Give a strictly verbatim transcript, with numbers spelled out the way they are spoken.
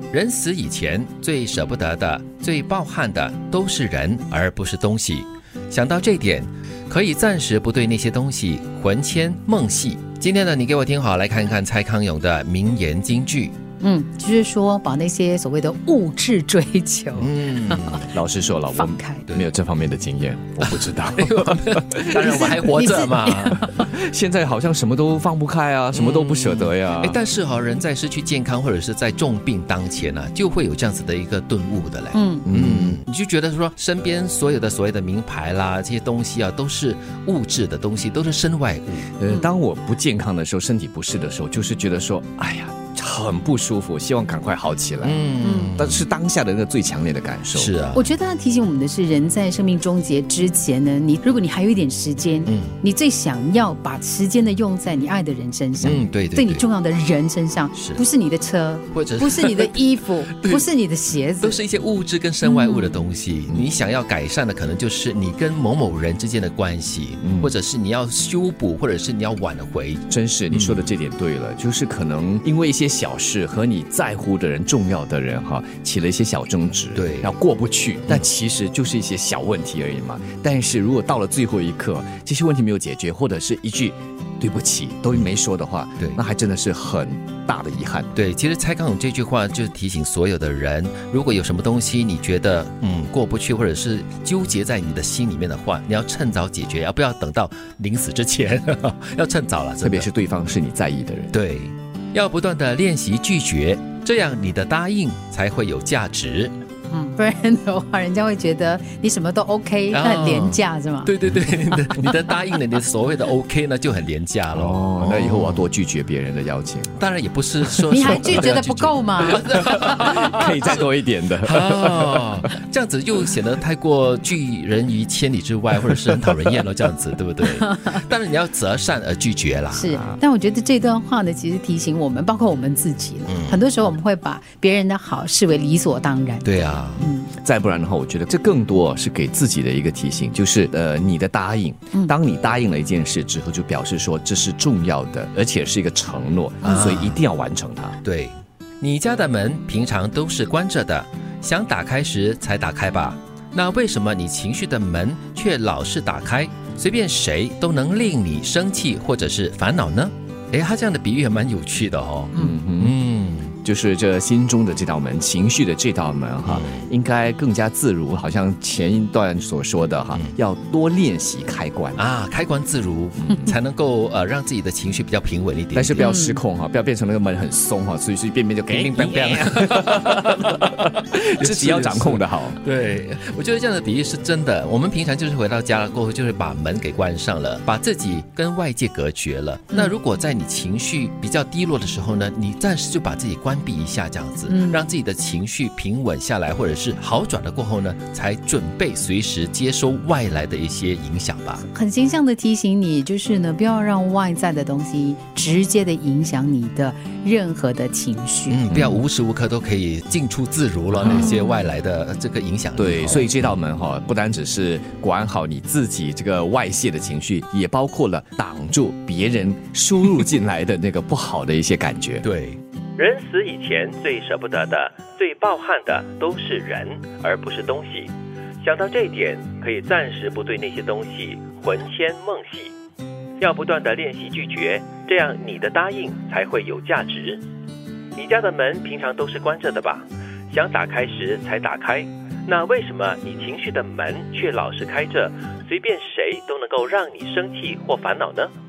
人死以前最舍不得的、最抱憾的都是人，而不是东西。想到这点，可以暂时不对那些东西魂牵梦系。今天呢，你给我听好，来看看蔡康永的名言金句。 嗯，就是说把那些所谓的物质追求， 嗯， 老实说了，我没有这方面的经验，我不知道。 当然我们还活着嘛。 现在好像什么都放不开啊，什么都不舍得呀。 嗯、但是哈、哦，人在失去健康或者是在重病当前呢、啊，就会有这样子的一个顿悟的嘞。 嗯嗯，你就觉得说身边所有的所谓的名牌啦，这些东西啊，都是物质的东西，都是身外物。 呃，当我不健康的时候，身体不适的时候，就是觉得说，哎呀。很不舒服，希望赶快好起来。嗯，但是当下的那个最强烈的感受。 是啊， 我觉得他提醒我们的是，人在生命终结之前呢，你如果你还有一点时间，嗯，你最想要把时间呢用在你爱的人身上， 嗯，对 对, 对， 对你重要的人身上， 是不是你的车， 或者不是你的衣服，不是你的鞋子， 都是一些物质跟身外物的东西。嗯、你想要改善的，可能就是你跟某某人之间的关系，嗯、或者是你要修补，或者是你要挽回。 真是你说的这点对了，嗯、就是可能因为一些小事和你在乎的人、重要的人哈，起了一些小争执， 对， 然后过不去，但其实就是一些小问题而已嘛。但是如果到了最后一刻，这些问题没有解决，或者是一句对不起都没说的话，对，那还真的是很大的遗憾。 对，其实蔡康永这句话就是提醒所有的人，如果有什么东西你觉得嗯过不去，或者是纠结在你的心里面的话，你要趁早解决，要不要等到临死之前，要趁早了。 特别是对方是你在意的人。 对。要不断的练习拒绝，这样你的答应才会有价值。 嗯，不然的话，人家会觉得你什么都 OK， 那很廉价是吗？ 对对对，你的你的答应呢，你的所谓的 OK 呢，就很廉价了。 哦，那以后我要多拒绝别人的邀请。 当然也不是说你还拒绝的不够吗？ 可以再多一点的。 哦，这样子又显得太过拒人于千里之外，或者是很讨人厌了，这样子对不对？当然你要择善而拒绝啦。 是，但我觉得这段话呢，其实提醒我们，包括我们自己了。嗯、很多时候我们会把别人的好视为理所当然。 对啊。 嗯，再不然的话，我觉得这更多是给自己的一个提醒，就是呃，你的答应，当你答应了一件事之后，就表示说这是重要的，而且是一个承诺，啊、所以一定要完成它。 对，你家的门平常都是关着的，想打开时才打开吧？那为什么你情绪的门却老是打开，随便谁都能令你生气或者是烦恼呢？诶，他这样的比喻也蛮有趣的哦。 嗯嗯。就是这心中的这道门，情绪的这道门哈，嗯、应该更加自如。好像前一段所说的哈，嗯、要多练习开关啊，开关自如，嗯、才能够呃让自己的情绪比较平稳一点点。 但是不要失控哈，嗯、不要变成那个门很松哈，随随便便就乒乒乓乓。自己要掌控的好。 对，我觉得这样的比喻是真的。我们平常就是回到家了过后，就是把门给关上了，把自己跟外界隔绝了。嗯、那如果在你情绪比较低落的时候呢，你暂时就把自己关闭一下，这样子，嗯、让自己的情绪平稳下来，或者是好转了过后呢，才准备随时接收外来的一些影响吧。 很形象的提醒你，就是呢，不要让外在的东西直接的影响你的任何的情绪， 嗯，不要无时无刻都可以进出自如了，嗯、那些外来的这个影响力。 对，所以这道门哈，不单只是管好你自己这个外泄的情绪，也包括了挡住别人输入进来的那个不好的一些感觉。 对。人死以前最舍不得的、最抱憾的都是人，而不是东西。想到这一点，可以暂时不对那些东西魂牵梦系。要不断的练习拒绝，这样你的答应才会有价值。你家的门平常都是关着的吧？想打开时才打开，那为什么你情绪的门却老是开着，随便谁都能够让你生气或烦恼呢？